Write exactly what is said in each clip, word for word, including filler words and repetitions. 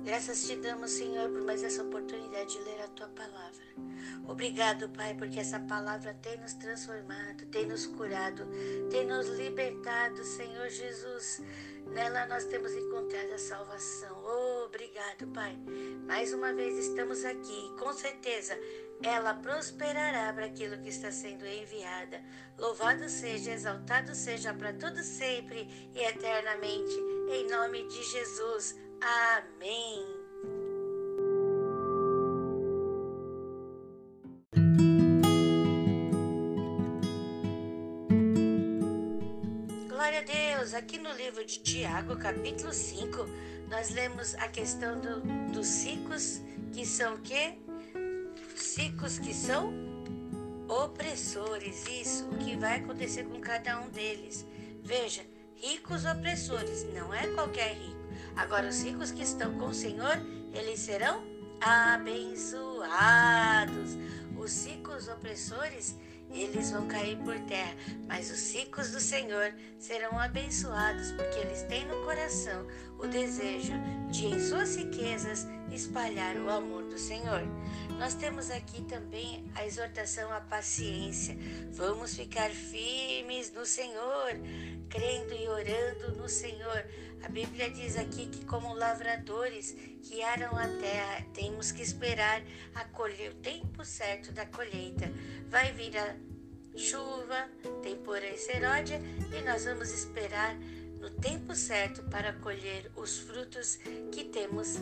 Graças te damos, Senhor, por mais essa oportunidade de ler a Tua palavra. Obrigado, Pai, porque essa palavra tem nos transformado, tem nos curado, tem nos libertado, Senhor Jesus. Nela nós temos encontrado a salvação. Oh, obrigado, Pai. Mais uma vez estamos aqui e com certeza ela prosperará para aquilo que está sendo enviada. Louvado seja, exaltado seja para todo sempre e eternamente. Em nome de Jesus. Amém. Glória a Deus. Aqui no livro de Tiago, capítulo cinco, nós lemos a questão do, dos ciclos, que são o quê? Ciclos que são opressores. Isso, o que vai acontecer com cada um deles. Veja, ricos opressores, não é qualquer rico. Agora, os ricos que estão com o Senhor, eles serão abençoados. Os ricos opressores, eles vão cair por terra, mas os ricos do Senhor serão abençoados, porque eles têm no coração o desejo de, em suas riquezas, espalhar o amor do Senhor. Nós temos aqui também a exortação à paciência. Vamos ficar firmes no Senhor, crendo e orando no Senhor. A Bíblia diz aqui que, como lavradores que aram a terra, temos que esperar a colher, o tempo certo da colheita. Vai vir a chuva, temporã e serôdia, e nós vamos esperar no tempo certo para colher os frutos que temos,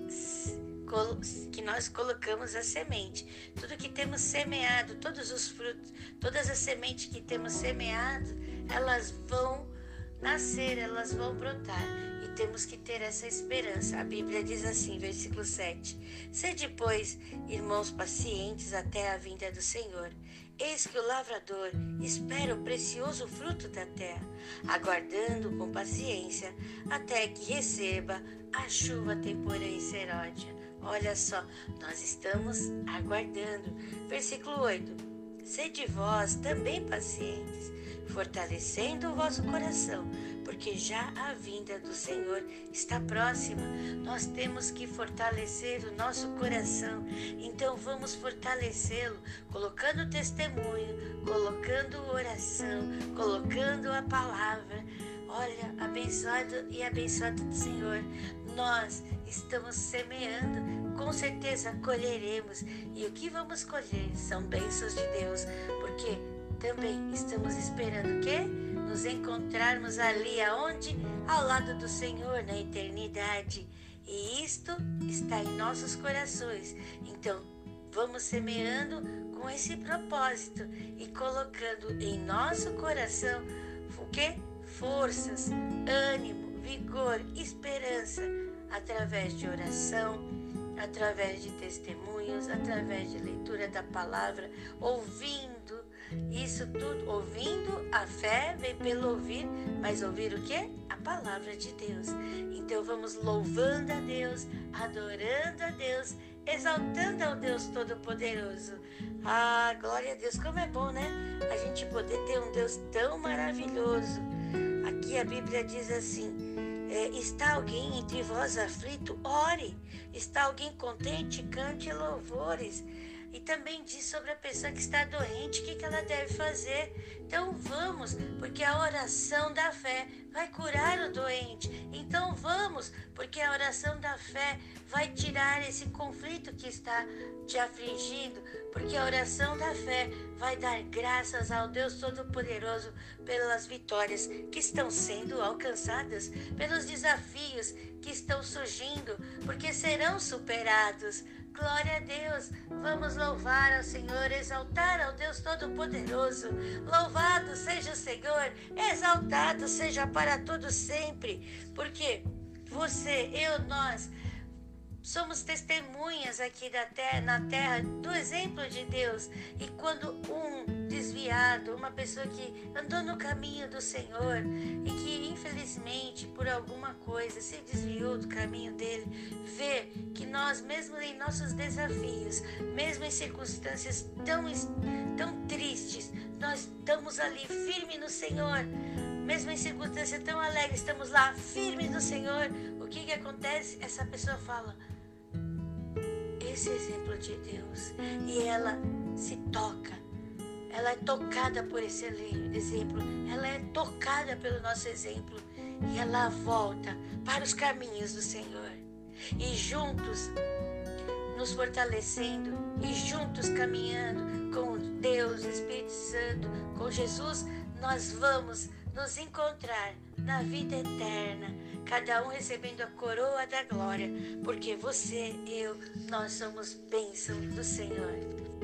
que nós colocamos a semente. Tudo que temos semeado, todos os frutos, todas as sementes que temos semeado, elas vão nascer, elas vão brotar, e temos que ter essa esperança. A Bíblia diz assim, versículo sete: Sede, pois, irmãos, pacientes até a vinda do Senhor. Eis que o lavrador espera o precioso fruto da terra, aguardando com paciência até que receba a chuva, temporã e serôdia. Olha só, nós estamos aguardando. Versículo oito: Sede vós também pacientes, fortalecendo o vosso coração, porque já a vinda do Senhor está próxima. Nós temos que fortalecer o nosso coração, então vamos fortalecê-lo, colocando testemunho, colocando oração, colocando a palavra. Olha, abençoado e abençoado do Senhor, nós estamos semeando, com certeza colheremos, e o que vamos colher são bênçãos de Deus, porque também estamos esperando o quê? Nos encontrarmos ali aonde? Ao lado do Senhor na eternidade. E isto está em nossos corações. Então, vamos semeando com esse propósito e colocando em nosso coração o quê? Forças, ânimo, vigor, esperança, através de oração, através de testemunhos, através de leitura da palavra, ouvindo. Isso tudo, ouvindo, a fé vem pelo ouvir, mas ouvir o quê? A palavra de Deus. Então vamos louvando a Deus, adorando a Deus, exaltando ao Deus Todo-Poderoso. Ah, glória a Deus, como é bom, né? A gente poder ter um Deus tão maravilhoso. Aqui a Bíblia diz assim: é, está alguém entre vós aflito? Ore. Está alguém contente? Cante louvores. E também diz sobre a pessoa que está doente, o que, que ela deve fazer. Então vamos, porque a oração da fé vai curar o doente. Então vamos, porque a oração da fé vai tirar esse conflito que está te afligindo. Porque a oração da fé vai dar graças ao Deus Todo-Poderoso pelas vitórias que estão sendo alcançadas, pelos desafios que estão surgindo, porque serão superados. Glória a Deus, vamos louvar ao Senhor, exaltar ao Deus Todo-Poderoso. Louvado seja o Senhor, exaltado seja para todo sempre, porque você, eu, nós somos testemunhas aqui da terra, na terra do exemplo de Deus. E quando um desviado, uma pessoa que andou no caminho do Senhor e que infelizmente por alguma coisa se desviou do caminho dele, vê que nós, mesmo em nossos desafios, mesmo em circunstâncias tão, tão tristes, nós estamos ali firme no Senhor. mesmo em circunstância tão alegre, estamos lá firmes no Senhor. O que que acontece? Essa pessoa fala, esse exemplo de Deus, e ela se toca, ela é tocada por esse exemplo, ela é tocada pelo nosso exemplo, e ela volta para os caminhos do Senhor, e juntos nos fortalecendo, e juntos caminhando com Deus, Espírito Santo, com Jesus, nós vamos nos encontrar na vida eterna, cada um recebendo a coroa da glória, porque você, eu, nós somos bênção do Senhor.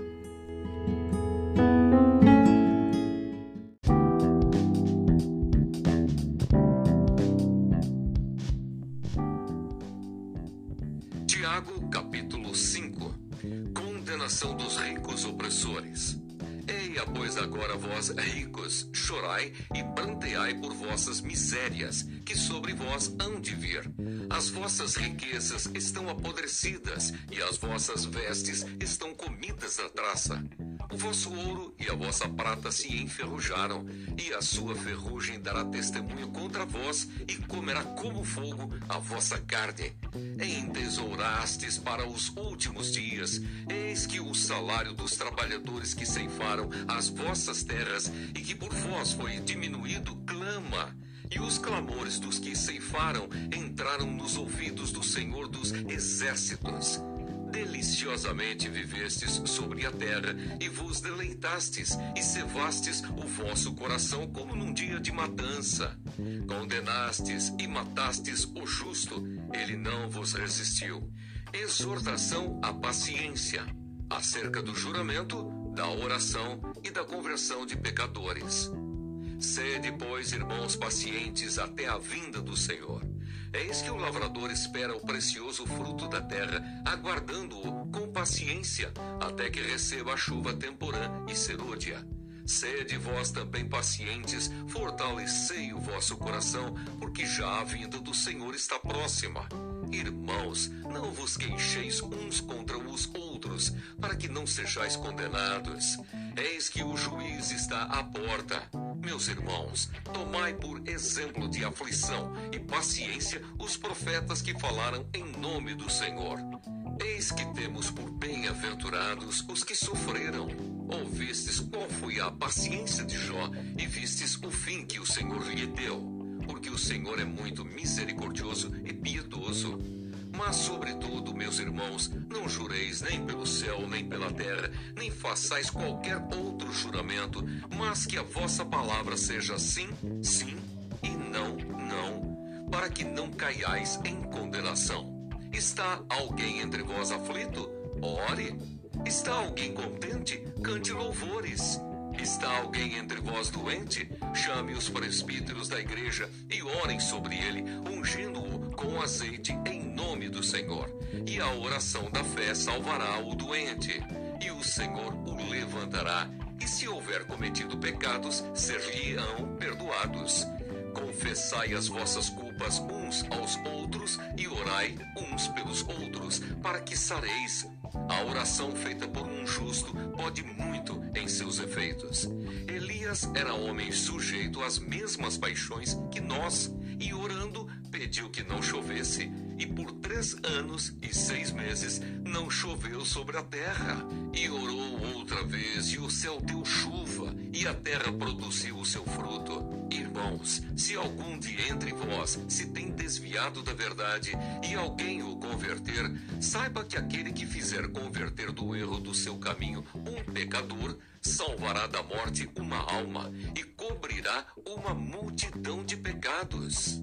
Tiago, capítulo cinco. Condenação dos ricos opressores. Eia, pois agora vós, ricos, chorai e pranteai por vossas misérias, que sobre vós hão de vir. As vossas riquezas estão apodrecidas, e as vossas vestes estão comidas da traça. O vosso ouro e a vossa prata se enferrujaram, e a sua ferrugem dará testemunho contra vós, e comerá como fogo a vossa carne. Entesourastes para os últimos dias, eis que o salário dos trabalhadores que ceifaram as vossas terras, e que por vós foi diminuído, clama. E os clamores dos que ceifaram entraram nos ouvidos do Senhor dos Exércitos. Deliciosamente vivestes sobre a terra, e vos deleitastes, e cevastes o vosso coração como num dia de matança. Condenastes e matastes o justo, ele não vos resistiu. Exortação à paciência, acerca do juramento, da oração e da conversão de pecadores. Sede, pois, irmãos, pacientes até a vinda do Senhor. Eis que o lavrador espera o precioso fruto da terra, aguardando-o com paciência, até que receba a chuva temporã e serôdia. Sede vós também pacientes, fortalecei o vosso coração, porque já a vinda do Senhor está próxima. Irmãos, não vos queixeis uns contra os outros, para que não sejais condenados. Eis que o juiz está à porta. Meus irmãos, tomai por exemplo de aflição e paciência os profetas que falaram em nome do Senhor. Eis que temos por bem-aventurados os que sofreram. Ouvistes qual foi a paciência de Jó, e vistes o fim que o Senhor lhe deu. Porque o Senhor é muito misericordioso e piedoso. Mas, sobretudo, meus irmãos, não jureis nem pelo céu, nem pela terra, nem façais qualquer outro juramento, mas que a vossa palavra seja sim, sim, e não, não, para que não caiais em condenação. Está alguém entre vós aflito? Ore. Está alguém contente? Cante louvores. Está alguém entre vós doente? Chame os presbíteros da igreja e orem sobre ele, ungindo-o com azeite em nome do Senhor. E a oração da fé salvará o doente, e o Senhor o levantará. E se houver cometido pecados, ser-lhe-ão perdoados. Confessai as vossas culpas uns aos outros e orai uns pelos outros, para que sareis. A oração feita por um justo pode muito em seus efeitos. Elias era homem sujeito às mesmas paixões que nós, e orando pediu que não chovesse, e por três anos e seis meses não choveu sobre a terra. E orou outra vez, e o céu deu chuva, e a terra produziu o seu fruto. Irmãos, se algum de entre vós se tem desviado da verdade, e alguém o converter, saiba que aquele que fizer converter do erro do seu caminho um pecador, salvará da morte uma alma, e cobrirá uma multidão de pecados.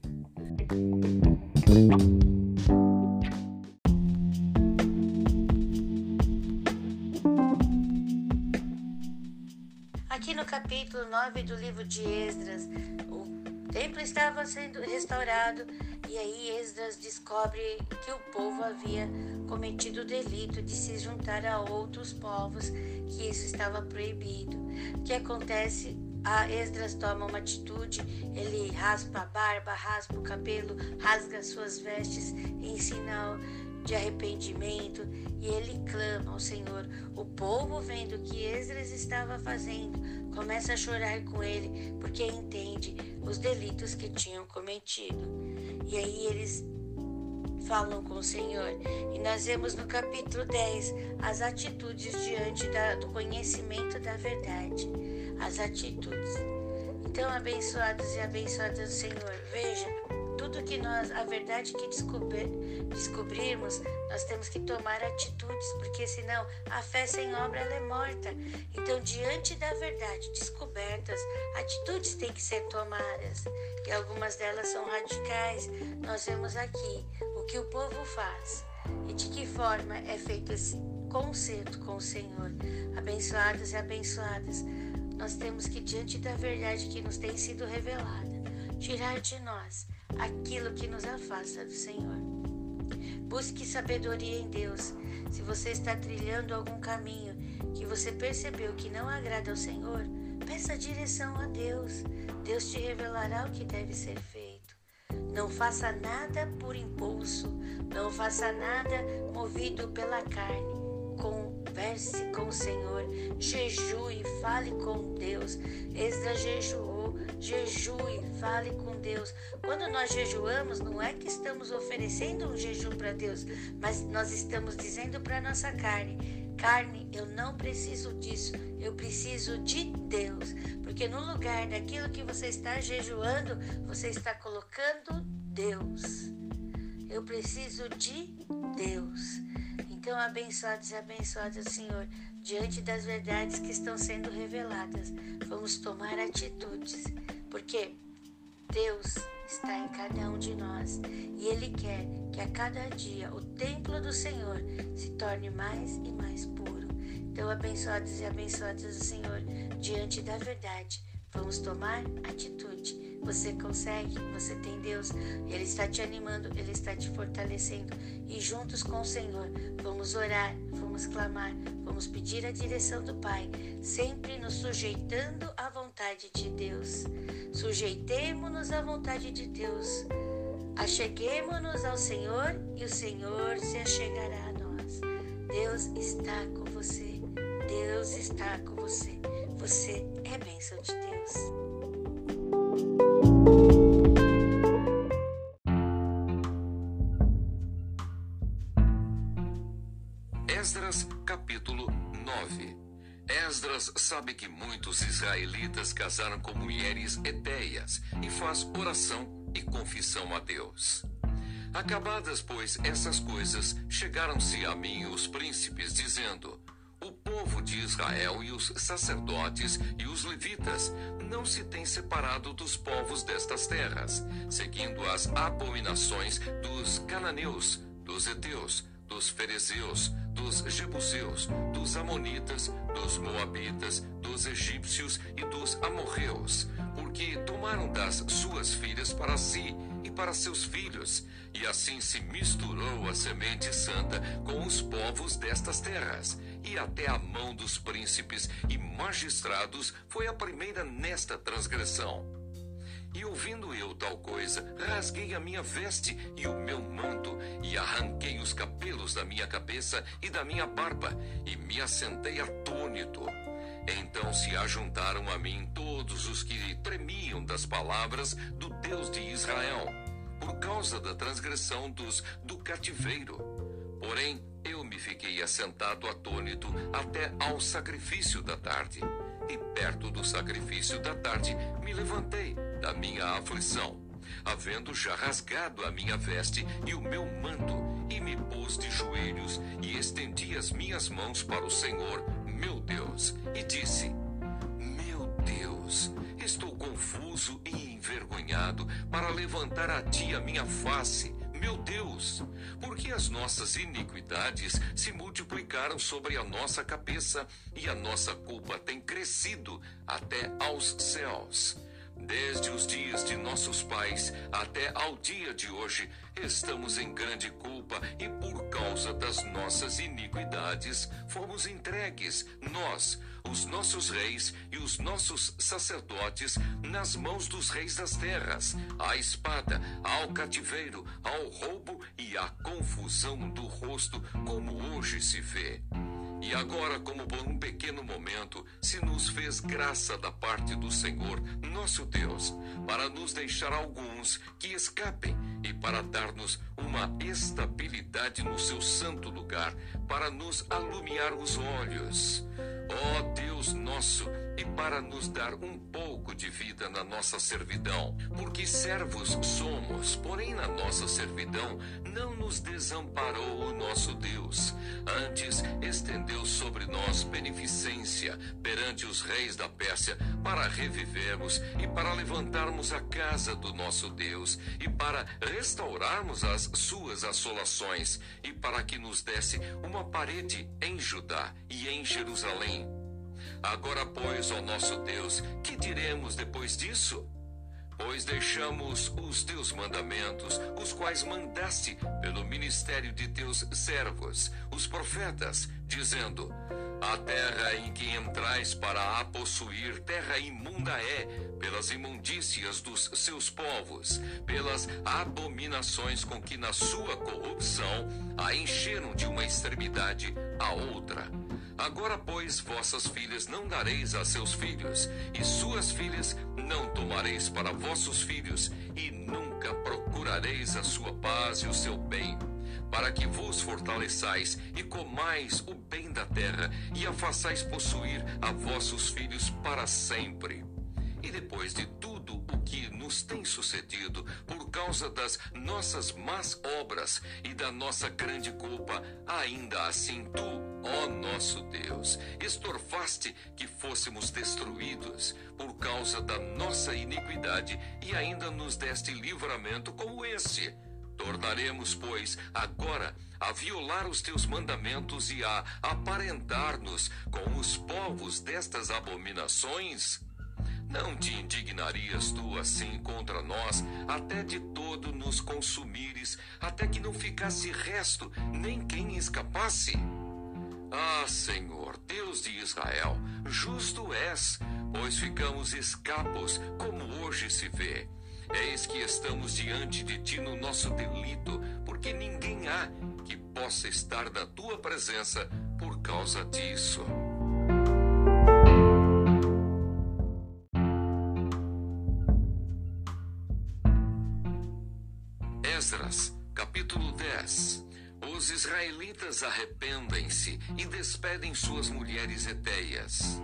Aqui no capítulo nove do livro de Esdras, o templo estava sendo restaurado, e aí Esdras descobre que o povo havia cometido o delito de se juntar a outros povos, que isso estava proibido. O que acontece? A Esdras toma uma atitude, ele raspa a barba, raspa o cabelo, rasga suas vestes em sinal de arrependimento, e ele clama ao Senhor. O povo, vendo o que Esdras estava fazendo, começa a chorar com ele, porque entende os delitos que tinham cometido. E aí eles falam com o Senhor. E nós vemos no capítulo dez as atitudes diante da, do conhecimento da verdade. As atitudes. Então, abençoados e abençoadas do Senhor, veja, tudo que nós, a verdade que descobrir, descobrirmos, nós temos que tomar atitudes, porque senão a fé sem obra ela é morta. Então, diante da verdade descobertas, atitudes têm que ser tomadas, e algumas delas são radicais. Nós vemos aqui o que o povo faz e de que forma é feito esse concerto com o Senhor. Abençoados e abençoadas, nós temos que, diante da verdade que nos tem sido revelada, tirar de nós aquilo que nos afasta do Senhor. Busque sabedoria em Deus. Se você está trilhando algum caminho que você percebeu que não agrada ao Senhor, peça direção a Deus. Deus te revelará o que deve ser feito. Não faça nada por impulso, não faça nada movido pela carne. Converse com o Senhor, jejue, fale com Deus. Esdras jejuou, jejue, fale com Deus. Quando nós jejuamos, não é que estamos oferecendo um jejum para Deus, mas nós estamos dizendo para a nossa carne: carne, eu não preciso disso, eu preciso de Deus. Porque no lugar daquilo que você está jejuando, você está colocando Deus. Eu preciso de Deus. Então, abençoados e abençoadas, Senhor, diante das verdades que estão sendo reveladas, vamos tomar atitudes, porque Deus está em cada um de nós e Ele quer que a cada dia o templo do Senhor se torne mais e mais puro. Então, abençoados e abençoadas do Senhor, diante da verdade, vamos tomar atitude. Você consegue, você tem Deus, Ele está te animando, Ele está te fortalecendo. E juntos com o Senhor, vamos orar, vamos clamar, vamos pedir a direção do Pai, sempre nos sujeitando à vontade de Deus. Sujeitemo-nos à vontade de Deus. Acheguemo-nos ao Senhor e o Senhor se achegará a nós. Deus está com você, Deus está com você. Você é bênção de Deus. Esdras, capítulo nove. Esdras sabe que muitos israelitas casaram com mulheres etéias e faz oração e confissão a Deus. Acabadas, pois, essas coisas, chegaram-se a mim os príncipes, dizendo: o povo de Israel e os sacerdotes e os levitas não se têm separado dos povos destas terras, seguindo as abominações dos cananeus, dos heteus, dos ferezeus, dos jebuseus, dos amonitas, dos moabitas, dos egípcios e dos amorreus, porque tomaram das suas filhas para si e para seus filhos, e assim se misturou a semente santa com os povos destas terras, e até a mão dos príncipes e magistrados foi a primeira nesta transgressão. E ouvindo eu tal coisa, rasguei a minha veste e o meu manto, e arranquei os cabelos da minha cabeça e da minha barba, e me assentei atônito. Então se ajuntaram a mim todos os que tremiam das palavras do Deus de Israel, por causa da transgressão dos do cativeiro. Porém, eu me fiquei assentado atônito até ao sacrifício da tarde. E perto do sacrifício da tarde me levantei da minha aflição, havendo já rasgado a minha veste e o meu manto, e me pus de joelhos e estendi as minhas mãos para o Senhor, meu Deus, e disse: meu Deus, estou confuso e envergonhado para levantar a ti a minha face, meu Deus, porque as nossas iniquidades se multiplicaram sobre a nossa cabeça e a nossa culpa tem crescido até aos céus. Desde os dias de nossos pais até ao dia de hoje, estamos em grande culpa e por causa das nossas iniquidades fomos entregues, nós, os nossos reis e os nossos sacerdotes, nas mãos dos reis das terras, à espada, ao cativeiro, ao roubo e à confusão do rosto, como hoje se vê. E agora, como por um pequeno momento, se nos fez graça da parte do Senhor, nosso Deus, para nos deixar alguns que escapem e para dar-nos uma estabilidade no seu santo lugar, para nos alumiar os olhos. Ó Deus nosso, e para nos dar um pouco de vida na nossa servidão, porque servos somos, porém na nossa servidão não nos desamparou o nosso Deus. Antes estendeu sobre nós beneficência perante os reis da Pérsia, para revivermos e para levantarmos a casa do nosso Deus, e para restaurarmos as suas assolações, e para que nos desse uma parede em Judá e em Jerusalém. Agora, pois, ó nosso Deus, que diremos depois disso? Pois deixamos os teus mandamentos, os quais mandaste pelo ministério de teus servos, os profetas, dizendo: a terra em que entrais para a possuir, terra imunda é, pelas imundícias dos seus povos, pelas abominações com que na sua corrupção a encheram de uma extremidade a outra. Agora, pois, vossas filhas não dareis a seus filhos, e suas filhas não tomareis para vossos filhos, e nunca procurareis a sua paz e o seu bem, para que vos fortaleçais e comais o bem da terra, e a façais possuir a vossos filhos para sempre. E depois de tudo o que nos tem sucedido, por causa das nossas más obras e da nossa grande culpa, ainda assim tu, ó nosso Deus, estorvaste que fôssemos destruídos por causa da nossa iniquidade, e ainda nos deste livramento como esse. Tornaremos, pois, agora a violar os teus mandamentos e a aparentar-nos com os povos destas abominações? Não te indignarias tu assim contra nós, até de todo nos consumires, até que não ficasse resto, nem quem escapasse? Ah, Senhor, Deus de Israel, justo és, pois ficamos escapos, como hoje se vê. Eis que estamos diante de ti no nosso delito, porque ninguém há que possa estar na tua presença por causa disso. Esdras, capítulo dez. Os israelitas arrependem-se e despedem suas mulheres hetéias.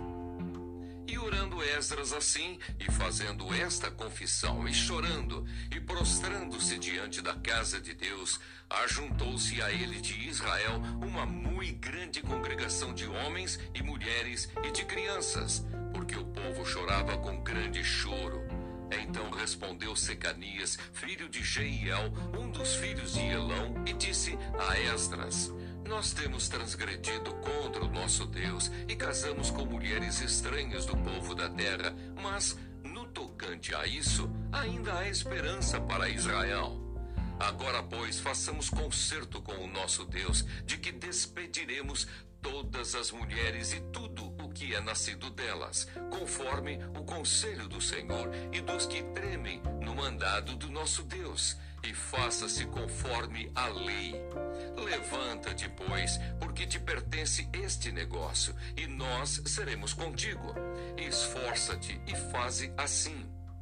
E orando Esdras assim, e fazendo esta confissão, e chorando, e prostrando-se diante da casa de Deus, ajuntou-se a ele de Israel uma muito grande congregação de homens e mulheres e de crianças, porque o povo chorava com grande choro. Então respondeu Secanias, filho de Jeiel, um dos filhos de Elão, e disse a Esdras: nós temos transgredido contra o nosso Deus e casamos com mulheres estranhas do povo da terra, mas, no tocante a isso, ainda há esperança para Israel. Agora, pois, façamos concerto com o nosso Deus, de que despediremos todas as mulheres e tudo o que é nascido delas, conforme o conselho do Senhor e dos que tremem no mandado do nosso Deus, e faça-se conforme a lei. Levanta-te, pois, porque te pertence este negócio, e nós seremos contigo. Esforça-te e faze assim.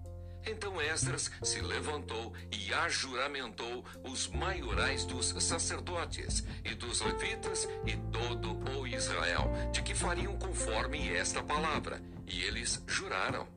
Então Esdras se levantou e ajuramentou os maiorais dos sacerdotes e dos levitas e todo o Israel, de que fariam conforme esta palavra, e eles juraram.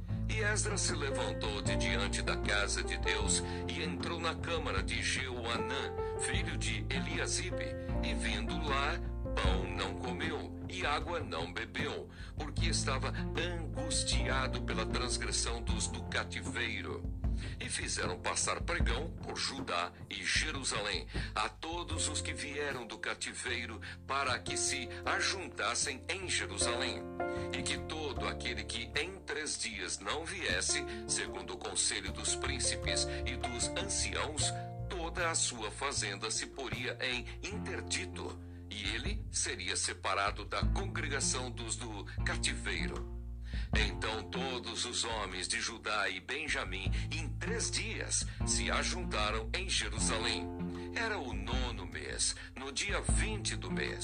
E Esdras se levantou de diante da casa de Deus e entrou na câmara de Jeuanã, filho de Eliasibe, e vindo lá, pão não comeu e água não bebeu, porque estava angustiado pela transgressão dos do cativeiro. E fizeram passar pregão por Judá e Jerusalém a todos os que vieram do cativeiro, para que se ajuntassem em Jerusalém, e que todo aquele que em três dias não viesse, segundo o conselho dos príncipes e dos anciãos, toda a sua fazenda se poria em interdito, e ele seria separado da congregação dos do cativeiro. Então todos os homens de Judá e Benjamim, em três dias, se ajuntaram em Jerusalém. Era o nono mês, no dia vinte do mês.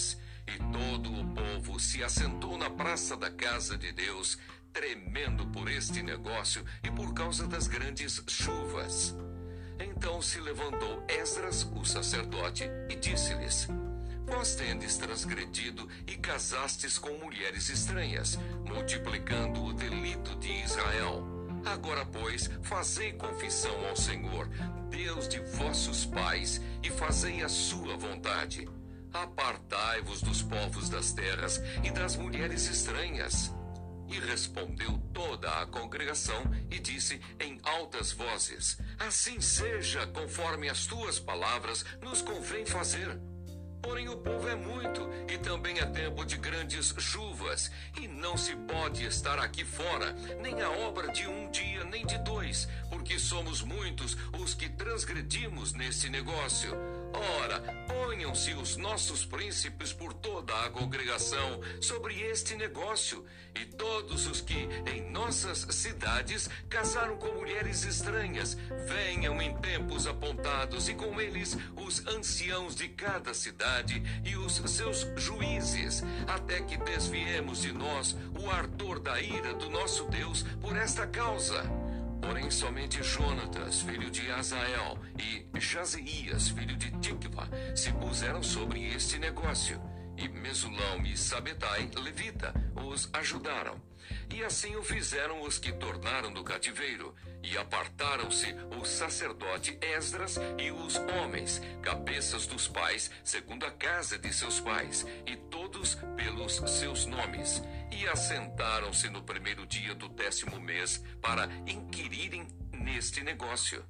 E todo o povo se assentou na praça da casa de Deus, tremendo por este negócio e por causa das grandes chuvas. Então se levantou Esdras, o sacerdote, e disse-lhes: Vós tendes transgredido e casastes com mulheres estranhas, multiplicando o delito de Israel. Agora, pois, fazei confissão ao Senhor, Deus de vossos pais, e fazei a sua vontade. Apartai-vos dos povos das terras e das mulheres estranhas. E respondeu toda a congregação e disse em altas vozes: Assim seja, conforme as tuas palavras nos convém fazer. Porém o povo é muito, e também é tempo de grandes chuvas, e não se pode estar aqui fora, nem a obra de um dia, nem de dois, porque somos muitos os que transgredimos neste negócio. Ora, ponham-se os nossos príncipes por toda a congregação sobre este negócio, e todos os que em nossas cidades casaram com mulheres estranhas, venham em tempos apontados, e com eles os anciãos de cada cidade e os seus juízes, até que desviemos de nós o ardor da ira do nosso Deus por esta causa. Porém, somente Jonatas, filho de Azael, e Jazeías, filho de Tikva, se puseram sobre este negócio. E Mesulão e Sabetai, levita, os ajudaram. E assim o fizeram os que tornaram do cativeiro. E apartaram-se o sacerdote Esdras e os homens, cabeças dos pais, segundo a casa de seus pais, e todos pelos seus nomes. E assentaram-se no primeiro dia do décimo mês para inquirirem neste negócio.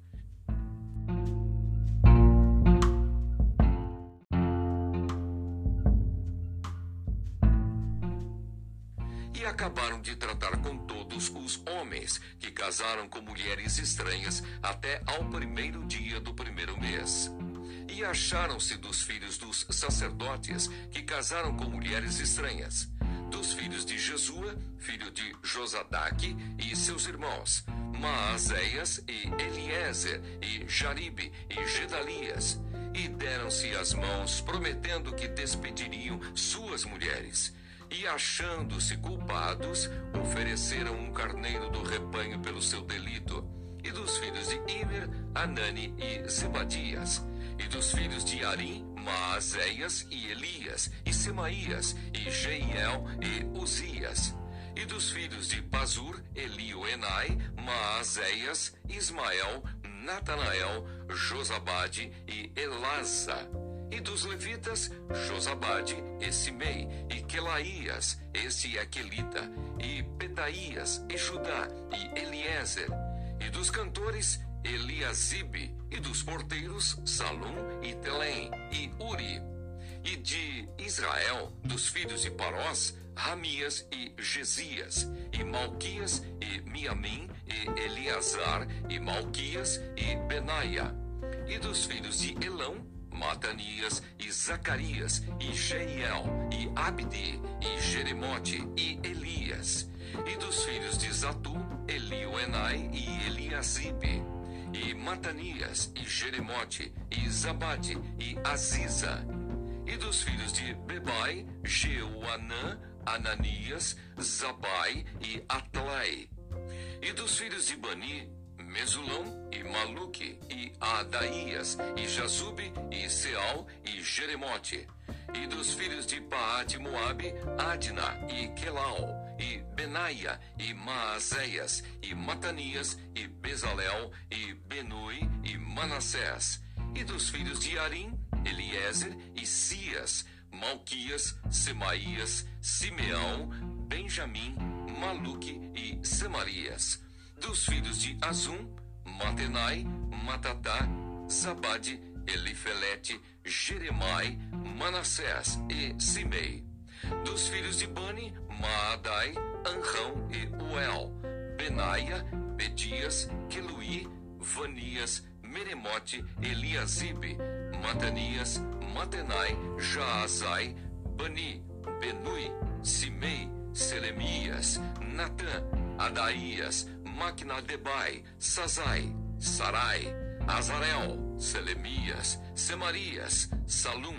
E acabaram de tratar com todos os homens que casaram com mulheres estranhas até ao primeiro dia do primeiro mês. E acharam-se dos filhos dos sacerdotes que casaram com mulheres estranhas, dos filhos de Jesua, filho de Josadaque, e seus irmãos, Maazéias e Eliezer, e Jaribe, e Gedalias. E deram-se as mãos, prometendo que despediriam suas mulheres. E achando-se culpados, ofereceram um carneiro do rebanho pelo seu delito. E dos filhos de Imer, Anani e Zebadias. E dos filhos de Arim, Maazéias e Elias, e Semaías, e Jeiel e Uzias. E dos filhos de Pazur, Elioenai, Maazéias, Ismael, Natanael, Josabade e Elasa. E dos levitas, Josabade, e Simei, e Quelaías, este é Quelita, e Pedaías, e Judá, e Eliezer. E dos cantores, Eliasibe, e dos porteiros, Salum, e Telém, e Uri. E de Israel, dos filhos de Parós, Ramias e Gesias, e Malquias, e Miamim, e Eleazar, e Malquias, e Benaia. E dos filhos de Elão, Matanias e Zacarias, e Jeiel, e Abdi, e Jeremote, e Elias. E dos filhos de Zatu, Elioenai e Eliasibe, e Matanias, e Jeremote, e Zabade, e Aziza. E dos filhos de Bebai, Jeuanã, Ananias, Zabai e Atlai. E dos filhos de Bani, Mesulão e Maluque, e Adaías, e Jazube, e Seal, e Jeremote. E dos filhos de Paate Moabe, Adna, e Quelau, e Benaia, e Maazéias, e Matanias, e Bezalel, e Benui, e Manassés. E dos filhos de Arim, Eliezer, e Sias, Malquias, Semaías, Simeão, Benjamim, Maluque e Semarias. Dos filhos de Azum, Matenai, Matatá, Zabade, Elifelete, Jeremai, Manassés e Simei. Dos filhos de Bani, Maadai, Anrão e Uel, Benaia, Bedias, Queluí, Vanias, Meremote, Eliasibe, Matanias, Matenai, Jaazai, Bani, Benui, Simei, Selemias, Natã, Adaías, Macnadebai, Sazai, Sarai, Azarel, Selemias, Semarias, Salum,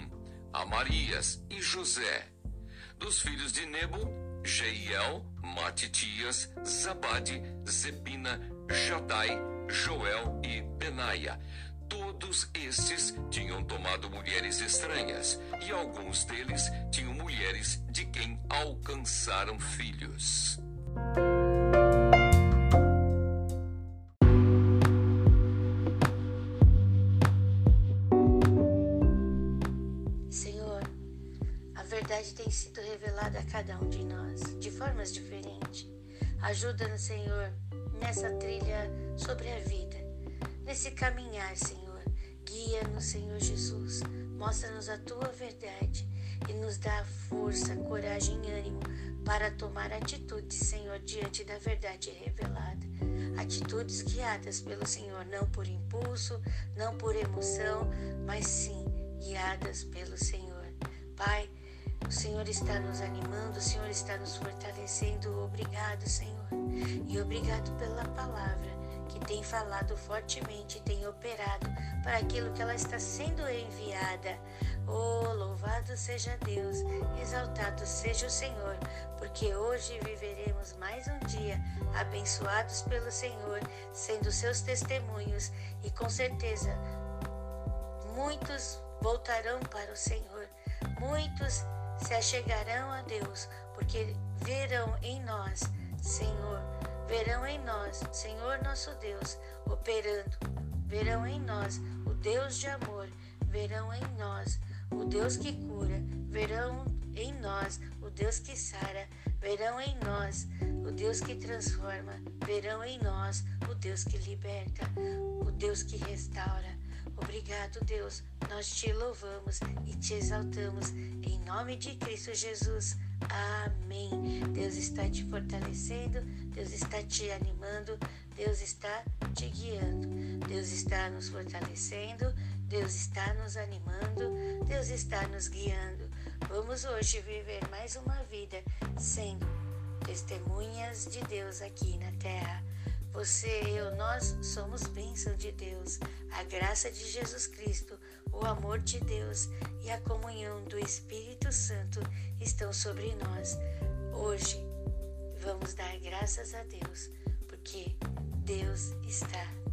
Amarias e José. Dos filhos de Nebo, Jeiel, Matitias, Zabade, Zebina, Jadai, Joel e Benaia. Todos estes tinham tomado mulheres estranhas, e alguns deles tinham mulheres de quem alcançaram filhos. Senhor, a verdade tem sido revelada a cada um de nós, de formas diferentes. Ajuda-nos, Senhor, nessa trilha sobre a vida. Nesse caminhar, Senhor, guia-nos, Senhor Jesus, mostra-nos a Tua verdade e nos dá força, coragem e ânimo para tomar atitudes, Senhor, diante da verdade revelada. Atitudes guiadas pelo Senhor, não por impulso, não por emoção, mas sim guiadas pelo Senhor. Pai, o Senhor está nos animando, o Senhor está nos fortalecendo. Obrigado, Senhor, e obrigado pela palavra que tem falado fortemente, tem operado para aquilo que ela está sendo enviada. Oh, louvado seja Deus, exaltado seja o Senhor, porque hoje viveremos mais um dia abençoados pelo Senhor, sendo seus testemunhos, e com certeza muitos voltarão para o Senhor, muitos se achegarão a Deus, porque verão em nós, Senhor, verão em nós, Senhor nosso Deus, operando, verão em nós o Deus de amor, verão em nós o Deus que cura, verão em nós o Deus que sara, verão em nós o Deus que transforma, verão em nós o Deus que liberta, o Deus que restaura. Obrigado, Deus, nós te louvamos e te exaltamos, em nome de Cristo Jesus. Amém. Deus está te fortalecendo, Deus está te animando, Deus está te guiando, Deus está nos fortalecendo, Deus está nos animando, Deus está nos guiando. Vamos hoje viver mais uma vida sendo testemunhas de Deus aqui na terra. Você, eu, nós somos bênção de Deus. A graça de Jesus Cristo, o amor de Deus e a comunhão do Espírito Santo estão sobre nós. Hoje, vamos dar graças a Deus, porque Deus está